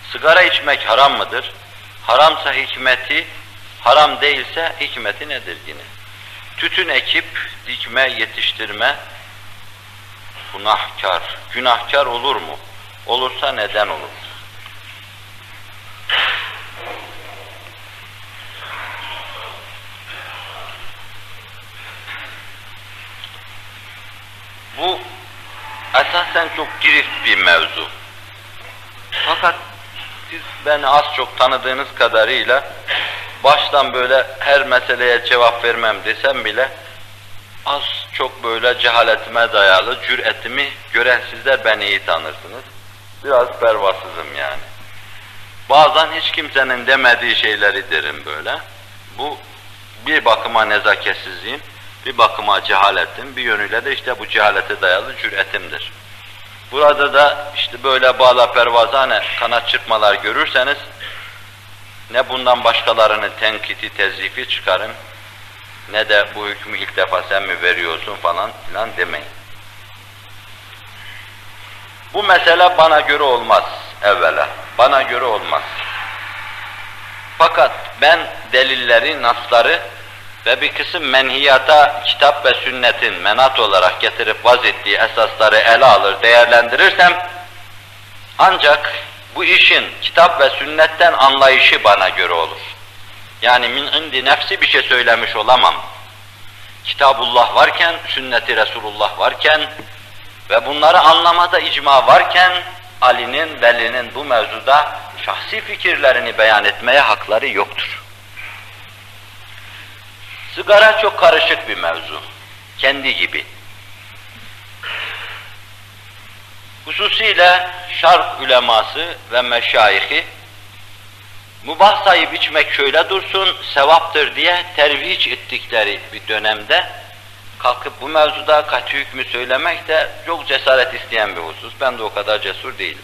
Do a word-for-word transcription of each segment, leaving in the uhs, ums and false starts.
Sigara içmek haram mıdır? Haramsa hikmeti, haram değilse hikmeti nedir yine? Tütün ekip, dikme, yetiştirme günahkar. Günahkar olur mu? Olursa neden olur? Bu esasen çok girift bir mevzu. Fakat siz beni az çok tanıdığınız kadarıyla baştan böyle her meseleye cevap vermem desem bile az çok böyle cehaletime dayalı cüretimi gören sizler beni iyi tanırsınız. Biraz pervasızım yani. Bazen hiç kimsenin demediği şeyleri derim böyle. Bu bir bakıma nezaketsizliğim, bir bakıma cehaletim, bir yönüyle de işte bu cehalete dayalı cüretimdir. Burada da işte böyle bağla pervazane kanat çırpmalar görürseniz ne bundan başkalarını tenkiti, tezyifi çıkarın, ne de bu hükmü ilk defa sen mi veriyorsun falan filan demeyin. Bu mesele bana göre olmaz evvela, bana göre olmaz. Fakat ben delilleri, nasları ve bir kısım menhiyata kitap ve sünnetin menat olarak getirip vaz ettiği esasları ele alır, değerlendirirsem ancak bu işin kitap ve sünnetten anlayışı bana göre olur. Yani min indi nefsi bir şey söylemiş olamam. Kitabullah varken, sünnet-i Resulullah varken ve bunları anlamada icma varken Ali'nin, Veli'nin bu mevzuda şahsi fikirlerini beyan etmeye hakları yoktur. Sigara çok karışık bir mevzu, kendi gibi. Hususiyle şark uleması ve meşayihi mubah sayıp içmek şöyle dursun, sevaptır diye terviç ettikleri bir dönemde kalkıp bu mevzuda kat'i hükmü söylemek de çok cesaret isteyen bir husus. Ben de o kadar cesur değilim.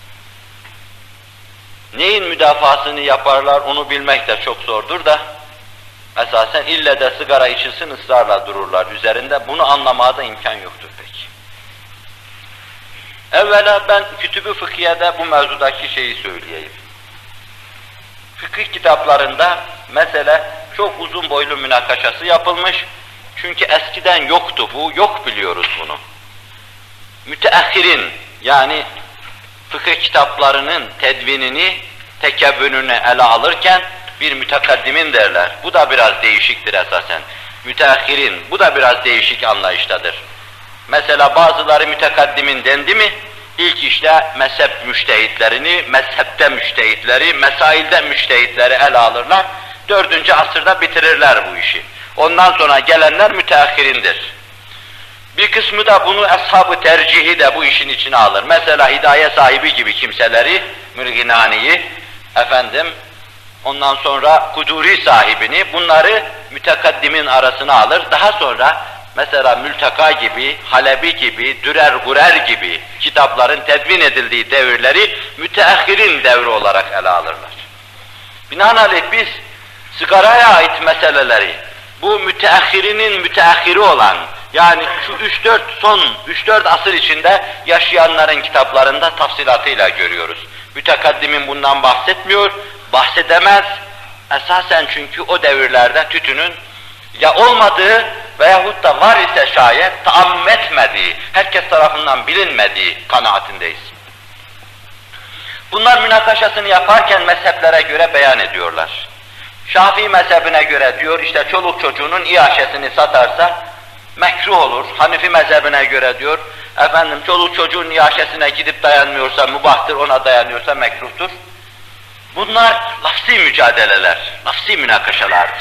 Neyin müdafasını yaparlar onu bilmek de çok zordur da esasen ille de sigara içilsin ısrarla dururlar üzerinde. Bunu anlamaya da imkan yoktur pek. Evvela ben Kütüb-ü Fıkhiye'de bu mevzudaki şeyi söyleyeyim. Fıkıh kitaplarında mesele çok uzun boylu münakaşası yapılmış. Çünkü eskiden yoktu bu, yok biliyoruz bunu. Müteahhirin yani fıkıh kitaplarının tedvinini, tekebbününü ele alırken bir mütekaddimin derler. Bu da biraz değişiktir esasen. Müteahhirin, bu da biraz değişik anlayıştadır. Mesela bazıları mütekaddimin dendi mi, ilk işte mezhep müştehitlerini, mezhepte müştehitleri, mesailde müştehitleri ele alırlar. Dördüncü asırda bitirirler bu işi. Ondan sonra gelenler müteahhirindir. Bir kısmı da bunu ashab-ı tercihi de bu işin içine alır. Mesela hidaye sahibi gibi kimseleri, Mürginani'yi, efendim, ondan sonra Kuduri sahibini, bunları mütekaddimin arasına alır. Daha sonra mesela Mülteka gibi, Halebi gibi, Dürer Gurer gibi kitapların tedvin edildiği devirleri müteahhirin devri olarak ele alırlar. Binaenaleyh biz sigaraya ait meseleleri, bu müteahhirinin müteahhiri olan, yani şu üç dört son üç dört asır içinde yaşayanların kitaplarında tafsilatıyla görüyoruz. Mütekaddimin bundan bahsetmiyor, bahsedemez. Esasen çünkü o devirlerde tütünün ya olmadığı veyahut da var ise şayet taammüm etmediği, herkes tarafından bilinmediği kanaatindeyiz. Bunlar münakaşasını yaparken mezheplere göre beyan ediyorlar. Şafii mezhebine göre diyor işte çoluk çocuğunun iaşesini satarsa mekruh olur. Hanifi mezhebine göre diyor efendim çoluk çocuğun iaşesine gidip dayanmıyorsa mübahtır, ona dayanıyorsa mekruhtur. Bunlar lafzi mücadeleler, lafzi münakaşalardır.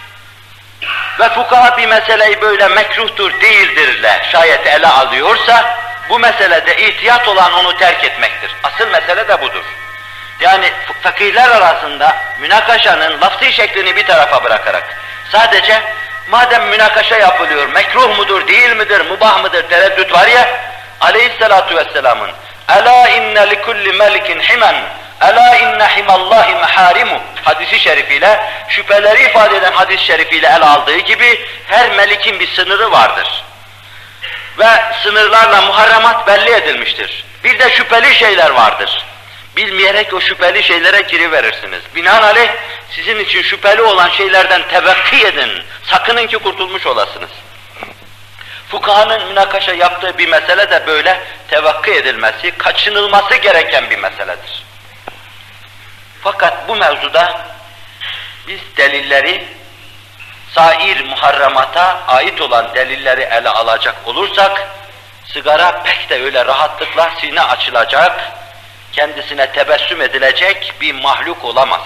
Ve fukaha bir meseleyi böyle mekruhtur, değildirle şayet ele alıyorsa bu meselede ihtiyat olan onu terk etmektir. Asıl mesele de budur. Yani fakihler arasında münakaşanın lafzi şeklini bir tarafa bırakarak sadece madem münakaşa yapılıyor, mekruh mudur, değil midir, mubah mıdır tereddüt var ya, aleyhissalatu vesselamın "Ela inne likulli melikin himen, ela inne himallahi meharimu" hadisi şerifiyle, şüpheleri ifade eden hadis-i şerifiyle ele aldığı gibi her melikin bir sınırı vardır. Ve sınırlarla muharremat belli edilmiştir. Bir de şüpheli şeyler vardır. bilmeyerek o şüpheli şeylere giriverirsiniz. Binaenaleyh sizin için şüpheli olan şeylerden tevekkü edin, sakının ki kurtulmuş olasınız. Fukahanın münakaşa yaptığı bir mesele de böyle tevekkü edilmesi, kaçınılması gereken bir meseledir. Fakat bu mevzuda biz delilleri, sair muharramata ait olan delilleri ele alacak olursak, sigara pek de öyle rahatlıkla sine açılacak, kendisine tebessüm edilecek bir mahluk olamaz.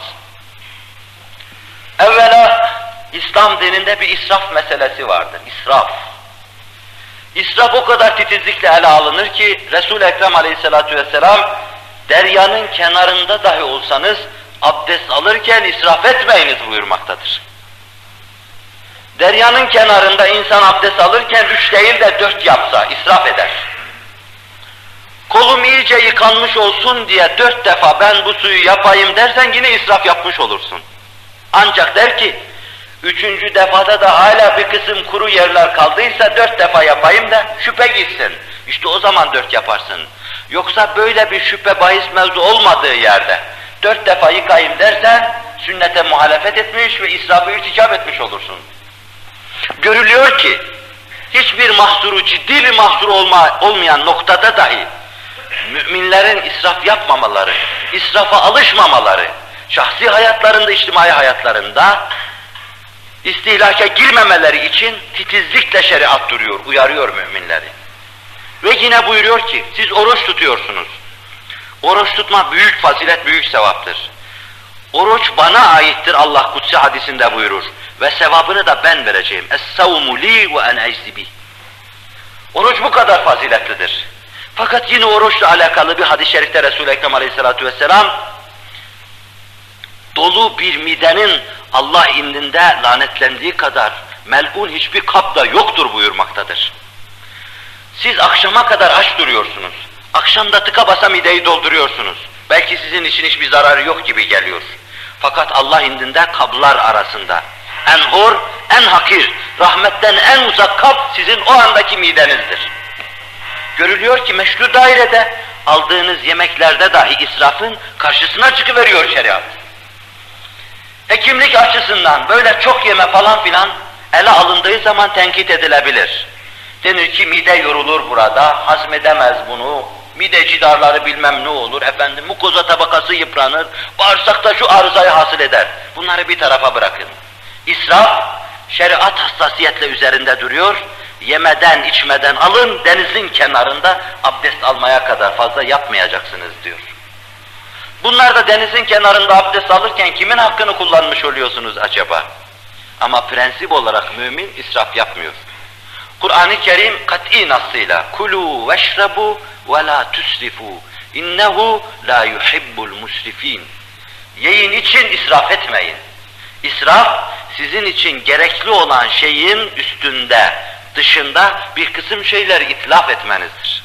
Evvela İslam dininde bir israf meselesi vardır, israf. İsraf o kadar titizlikle ele alınır ki Resul-i Ekrem Aleyhisselatü Vesselam deryanın kenarında dahi olsanız abdest alırken israf etmeyiniz buyurmaktadır. Deryanın kenarında insan abdest alırken üç değil de dört yapsa israf eder. Kolum iyice yıkanmış olsun diye dört defa ben bu suyu yapayım dersen yine israf yapmış olursun. Ancak der ki, üçüncü defada da hala bir kısım kuru yerler kaldıysa dört defa yapayım da şüphe gitsin. İşte o zaman dört yaparsın. Yoksa böyle bir şüphe bahis mevzu olmadığı yerde dört defa yıkayım dersen sünnete muhalefet etmiş ve israfı irtikap etmiş olursun. Görülüyor ki hiçbir mahsuru, ciddi bir mahsur olma, olmayan noktada dahi müminlerin israf yapmamaları, israfa alışmamaları, şahsi hayatlarında, içtimai hayatlarında istihlaka girmemeleri için titizlikle şeriat duruyor, uyarıyor müminleri. Ve yine buyuruyor ki, siz oruç tutuyorsunuz. Oruç tutma büyük fazilet, büyük sevaptır. Oruç bana aittir, Allah Kutsi hadisinde buyurur. Ve sevabını da ben vereceğim. Es-savmu li ve ene eczi bih. Oruç bu kadar faziletlidir. Fakat yine oruçla alakalı bir hadis-i şerifte Resul-i Ekrem Aleyhisselatü Vesselam, dolu bir midenin Allah indinde lanetlendiği kadar mel'un hiçbir kap da yoktur buyurmaktadır. Siz akşama kadar aç duruyorsunuz. Akşamda tıka basa mideyi dolduruyorsunuz. Belki sizin için hiçbir zararı yok gibi geliyor. Fakat Allah indinde kablar arasında en hor, en hakir, rahmetten en uzak kap sizin o andaki midenizdir. Görülüyor ki meşru dairede aldığınız yemeklerde dahi israfın karşısına çıkıveriyor şeriat. Hekimlik açısından böyle çok yeme falan filan ele alındığı zaman tenkit edilebilir. Denir ki mide yorulur burada, hazmedemez bunu, mide cidarları bilmem ne olur, efendim mukoza tabakası yıpranır, bağırsakta şu arızayı hasıl eder. Bunları bir tarafa bırakın. İsraf, şeriat hassasiyetle üzerinde duruyor, yemeden içmeden alın, denizin kenarında abdest almaya kadar fazla yapmayacaksınız diyor. Bunlar da denizin kenarında abdest alırken kimin hakkını kullanmış oluyorsunuz acaba? Ama prensip olarak mümin israf yapmıyor. Kur'an-ı Kerim kat'i nassıyla kulu veşrabu ve la tusrifu innehu la yuhibbul musrifin. Yiyin için israf etmeyin. İsraf sizin için gerekli olan şeyin üstünde, dışında bir kısım şeyleri itlaf etmenizdir.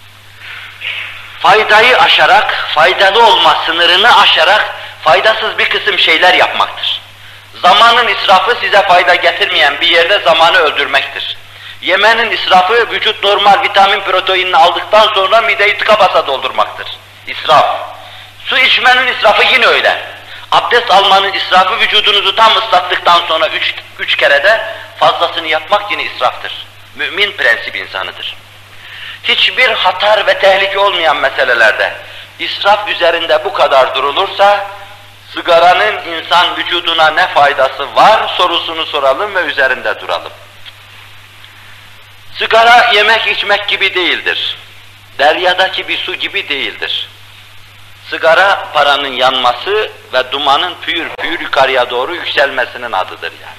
Faydayı aşarak, faydalı olma sınırını aşarak faydasız bir kısım şeyler yapmaktır. Zamanın israfı size fayda getirmeyen bir yerde zamanı öldürmektir. Yemenin israfı vücut normal vitamin proteinini aldıktan sonra mideyi tıka basa doldurmaktır. İsraf. Su içmenin israfı yine öyle. Abdest almanın israfı vücudunuzu tam ıslattıktan sonra üç, üç kerede fazlasını yapmak yine israftır. Mümin prensip insanıdır. Hiçbir hatar ve tehlike olmayan meselelerde israf üzerinde bu kadar durulursa, sigaranın insan vücuduna ne faydası var sorusunu soralım ve üzerinde duralım. Sigara yemek içmek gibi değildir. Deryadaki bir su gibi değildir. Sigara paranın yanması ve dumanın pür pür yukarıya doğru yükselmesinin adıdır yani.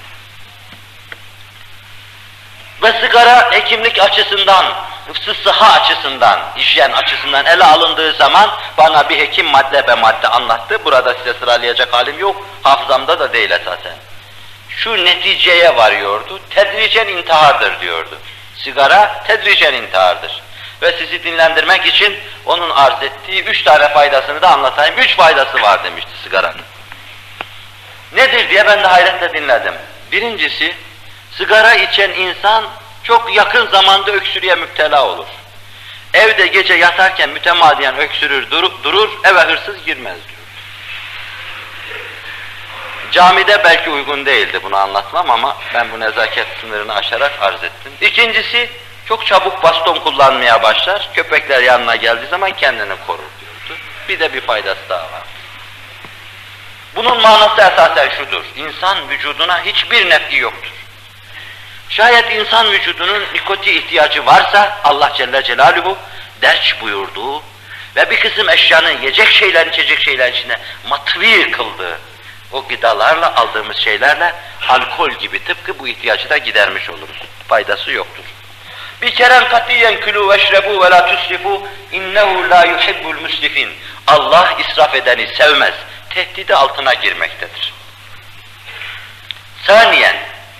Ve sigara hekimlik açısından, sıhha açısından, hijyen açısından ele alındığı zaman bana bir hekim madde be madde anlattı. Burada size sıralayacak halim yok, hafızamda da değil esasen. Şu neticeye varıyordu, tedricen intihardır diyordu. Sigara tedricen intihardır. Ve sizi dinlendirmek için onun arz ettiği üç tane faydasını da anlatayım. Üç faydası var demişti sigaranın. Nedir diye ben de hayretle dinledim. Birincisi, sigara içen insan çok yakın zamanda öksürüğe müptela olur. Evde gece yatarken mütemadiyen öksürür, durup durur, eve hırsız girmez diyor. Camide belki uygun değildi bunu anlatmam ama ben bu nezaket sınırını aşarak arz ettim. İkincisi, çok çabuk baston kullanmaya başlar, köpekler yanına geldiği zaman kendini korur diyordu. Bir de bir faydası daha var. Bunun manası esasen şudur, insan vücuduna hiçbir nef'i yoktur. Şayet insan vücudunun nikoti ihtiyacı varsa, Allah Celle Celaluhu derç buyurduğu ve bir kısım eşyanın yiyecek şeylerin, içecek şeylerin içine matvi kıldığı, o gıdalarla aldığımız şeylerle alkol gibi tıpkı bu ihtiyacı da gidermiş oluruz. Faydası yoktur. Bir kere katiyen külü veşrebu ve la tusrifu innehu la yuhibbul musrifin. Allah israf edeni sevmez. Tehdidi altına girmektedir. Saniyen,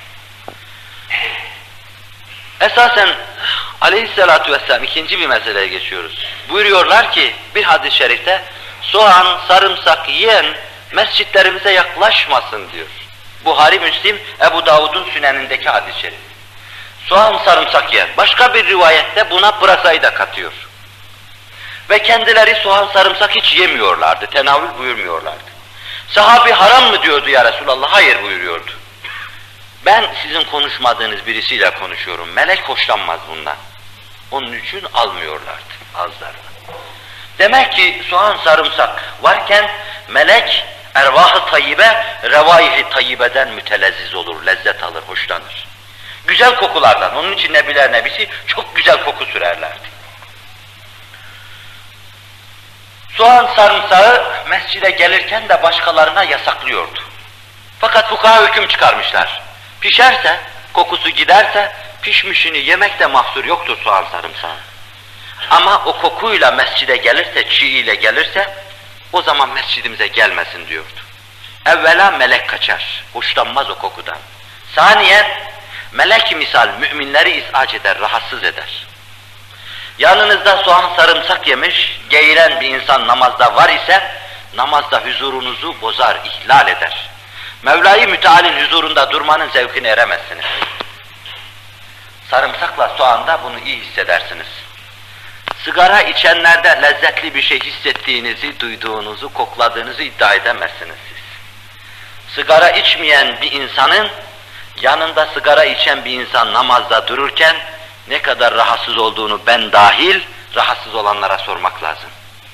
esasen aleyhissalatu vesselam ikinci bir meseleye geçiyoruz. Buyuruyorlar ki bir hadis-i şerifte soğan, sarımsak yiyen mescitlerimize yaklaşmasın diyor. Buhari, Müslim, Ebu Davud'un sünenindeki hadis-i şerif. Soğan, sarımsak yiyen. Başka bir rivayette buna pırasayı da katıyor. Ve kendileri soğan, sarımsak hiç yemiyorlardı, tenavül buyurmuyorlardı. Sahabi haram mı diyordu ya Resulallah? Hayır buyuruyordu. Ben sizin konuşmadığınız birisiyle konuşuyorum. Melek hoşlanmaz bundan. Onun için almıyorlardı ağızlarına. Demek ki soğan, sarımsak varken melek ervah-ı tayyibe, revâih-i tayyibeden mütelezziz olur, lezzet alır, hoşlanır. Güzel kokulardan, onun için Nebiler Nebisi çok güzel koku sürerlerdi. Soğan, sarımsağı mescide gelirken de başkalarına yasaklıyordu. Fakat fukaha hüküm çıkarmışlar. Pişerse, kokusu giderse, pişmişini yemekte mahsur yoktur soğan, sarımsağın. Ama o kokuyla mescide gelirse, çiğ ile gelirse, o zaman mescidimize gelmesin diyordu. Evvela melek kaçar, hoşlanmaz o kokudan. Saniyen, melek misal müminleri izhac eder, rahatsız eder. Yanınızda soğan, sarımsak yemiş, geğiren bir insan namazda var ise, namazda huzurunuzu bozar, ihlal eder. Mevla-i Müteal'in huzurunda durmanın zevkine eremezsiniz. Sarımsakla soğanda bunu iyi hissedersiniz. Sigara içenlerde lezzetli bir şey hissettiğinizi, duyduğunuzu, kokladığınızı iddia edemezsiniz siz. Sigara içmeyen bir insanın, yanında sigara içen bir insan namazda dururken, ne kadar rahatsız olduğunu ben dahil, rahatsız olanlara sormak lazım.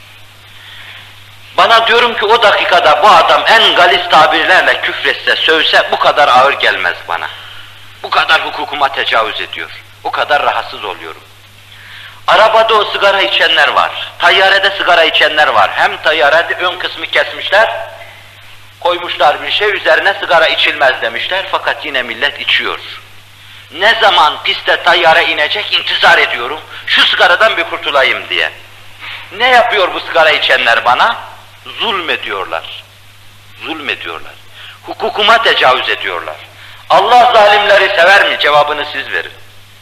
Bana diyorum ki o dakikada bu adam en galis tabirlerle küfretse, sövse bu kadar ağır gelmez bana. Bu kadar hukukuma tecavüz ediyor. O kadar rahatsız oluyorum. Arabada o sigara içenler var. Tayyarede sigara içenler var. Hem tayyarede ön kısmı kesmişler, koymuşlar bir şey, üzerine sigara içilmez demişler. Fakat yine millet içiyor. Ne zaman piste tayyare inecek intizar ediyorum, şu sigaradan bir kurtulayım diye. Ne yapıyor bu sigara içenler bana? Zulmediyorlar. Zulmediyorlar. Hukukuma tecavüz ediyorlar. Allah zalimleri sever mi? Cevabını siz verin.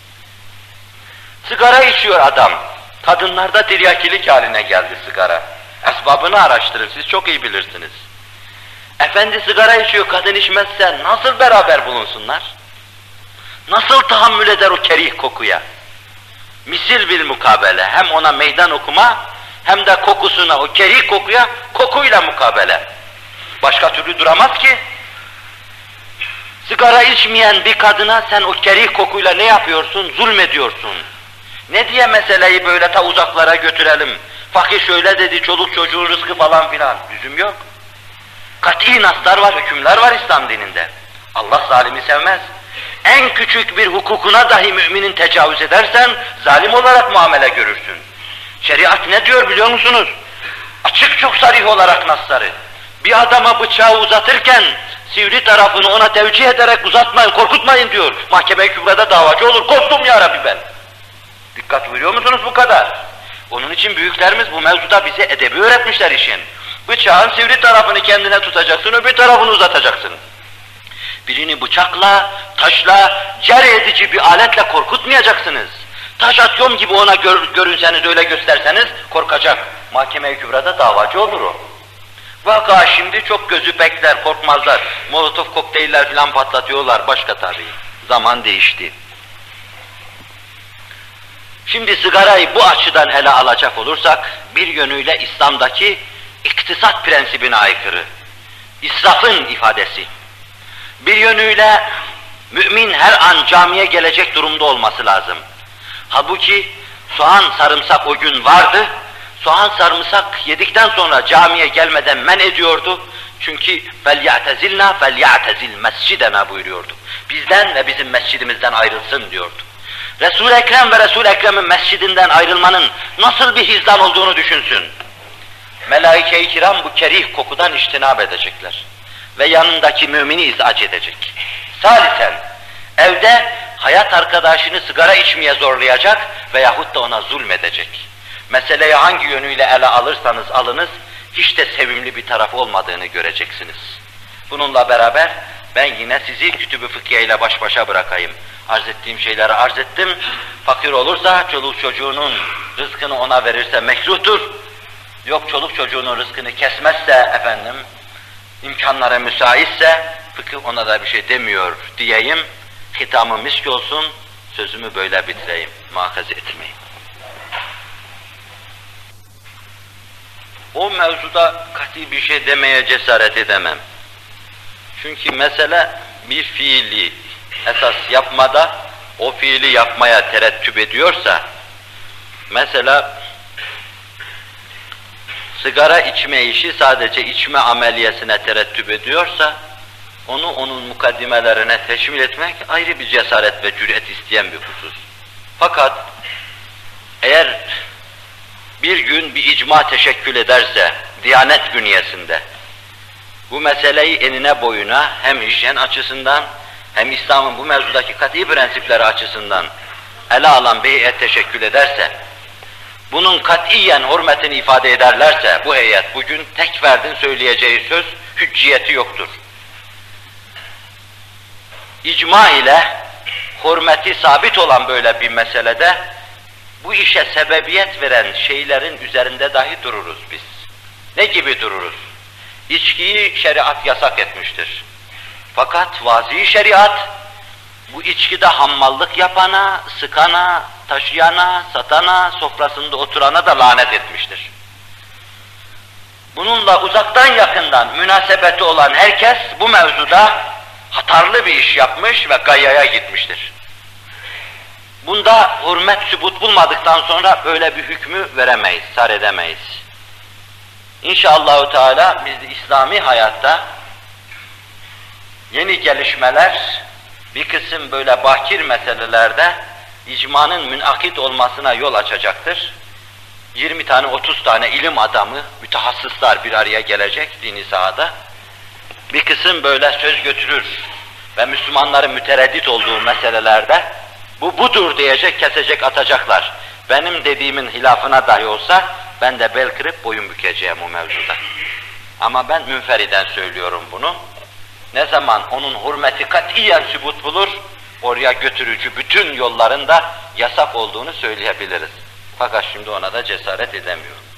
Sigara içiyor adam. Kadınlarda tiryakilik haline geldi sigara. Esbabını araştırın, siz çok iyi bilirsiniz. Efendi sigara içiyor, kadın içmezse nasıl beraber bulunsunlar? Nasıl tahammül eder o kerih kokuya? Misil bil mukabele, hem ona meydan okuma, hem de kokusuna, o kerih kokuya, kokuyla mukabele. Başka türlü duramaz ki. Sigara içmeyen bir kadına sen o kerih kokuyla ne yapıyorsun? Zulmediyorsun. Ne diye meseleyi böyle ta uzaklara götürelim? Fakir şöyle dedi, çoluk çocuğun rızkı falan filan. Lüzum yok. Kat'i naslar var, hükümler var İslam dininde. Allah zalimi sevmez. En küçük bir hukukuna dahi müminin tecavüz edersen, zalim olarak muamele görürsün. Şeriat ne diyor biliyor musunuz? Açık çok sarih olarak nasları. Bir adama bıçağı uzatırken, sivri tarafını ona tevcih ederek uzatmayın, korkutmayın diyor. Mahkeme-i Kübra'da davacı olur, korktum ya Rabbi ben. Dikkat buyuruyor musunuz bu kadar? Onun için büyüklerimiz bu mevzuda bize edebi öğretmişler işin. Bıçağın sivri tarafını kendine tutacaksın, öbür tarafını uzatacaksın. Birini bıçakla, taşla, cere edici bir aletle korkutmayacaksınız. Taş atıyorum gibi ona gör, görünseniz, öyle gösterseniz korkacak. Mahkeme-i Kübra'da davacı olur o. Vaka şimdi çok gözü pekler, korkmazlar. Molotof kokteyller falan patlatıyorlar, başka tabii. Zaman değişti. Şimdi sigarayı bu açıdan ele alacak olursak, bir yönüyle İslam'daki iktisat prensibine aykırı, israfın ifadesi. Bir yönüyle mümin her an camiye gelecek durumda olması lazım. Halbuki soğan sarımsak o gün vardı, soğan sarımsak yedikten sonra camiye gelmeden men ediyordu. Çünkü فَلْيَعْتَزِلْنَا فَلْيَعْتَزِلْ مَسْجِدَنَا buyuruyordu. Bizden ve bizim mescidimizden ayrılsın diyordu. Resul-i Ekrem ve Resul-i Ekrem'in mescidinden ayrılmanın nasıl bir hizdan olduğunu düşünsün. Melaike-i kiram bu kerih kokudan iştinab edecekler. Ve yanındaki mümini izac edecek. Salisen, evde hayat arkadaşını sigara içmeye zorlayacak veyahut da ona zulmedecek. Meseleyi hangi yönüyle ele alırsanız alınız, hiç de sevimli bir taraf olmadığını göreceksiniz. Bununla beraber ben yine sizi Kütüb-ü Fıkhiye ile baş başa bırakayım. Arz ettiğim şeyleri arz ettim. Fakir olursa çoluk çocuğunun rızkını ona verirse mekruhtur. Yok çoluk çocuğunun rızkını kesmezse efendim, imkanlara müsaitse fıkıh ona da bir şey demiyor diyeyim. Hitamım misk olsun, sözümü böyle bitireyim. Muhakaze etmeyin. O mevzuda kat'i bir şey demeye cesaret edemem. Çünkü mesele bir fiili esas yapmada o fiili yapmaya terettüp ediyorsa, mesela sigara içme işi sadece içme ameliyesine terettüp ediyorsa, onu onun mukaddimelerine teşmil etmek ayrı bir cesaret ve cüret isteyen bir husus. Fakat eğer bir gün bir icma teşekkül ederse, Diyanet bünyesinde, bu meseleyi enine boyuna hem hijyen açısından hem İslam'ın bu mevzudaki kat'i prensipleri açısından ele alan bir heyet teşekkül ederse, bunun katiyen hürmetini ifade ederlerse, bu heyet bugün tek ferdin söyleyeceği söz hücciyeti yoktur. İcma ile hürmeti sabit olan böyle bir meselede bu işe sebebiyet veren şeylerin üzerinde dahi dururuz biz. Ne gibi dururuz? İçkiyi şeriat yasak etmiştir. Fakat vazi şeriat bu içkide hammallık yapana, sıkana, taşıyana, satana, sofrasında oturana da lanet etmiştir. Bununla uzaktan yakından münasebeti olan herkes bu mevzuda hatarlı bir iş yapmış ve gayaya gitmiştir. Bunda hürmet sübut bulmadıktan sonra böyle bir hükmü veremeyiz, sar edemeyiz. İnşallahü Teala biz İslami hayatta yeni gelişmeler, bir kısım böyle bakir meselelerde icmanın münakit olmasına yol açacaktır. yirmi tane, otuz tane ilim adamı, mütehassıslar bir araya gelecek dini sahada. Bir kısım böyle söz götürür ve Müslümanların mütereddit olduğu meselelerde bu budur diyecek, kesecek, atacaklar. Benim dediğimin hilafına dahi olsa ben de bel kırıp boyun bükeceğim o mevzuda. Ama ben münferiden söylüyorum bunu. Ne zaman onun hürmeti katiyen sübut bulur, oraya götürücü bütün yolların da yasak olduğunu söyleyebiliriz. Fakat şimdi ona da cesaret edemiyorum.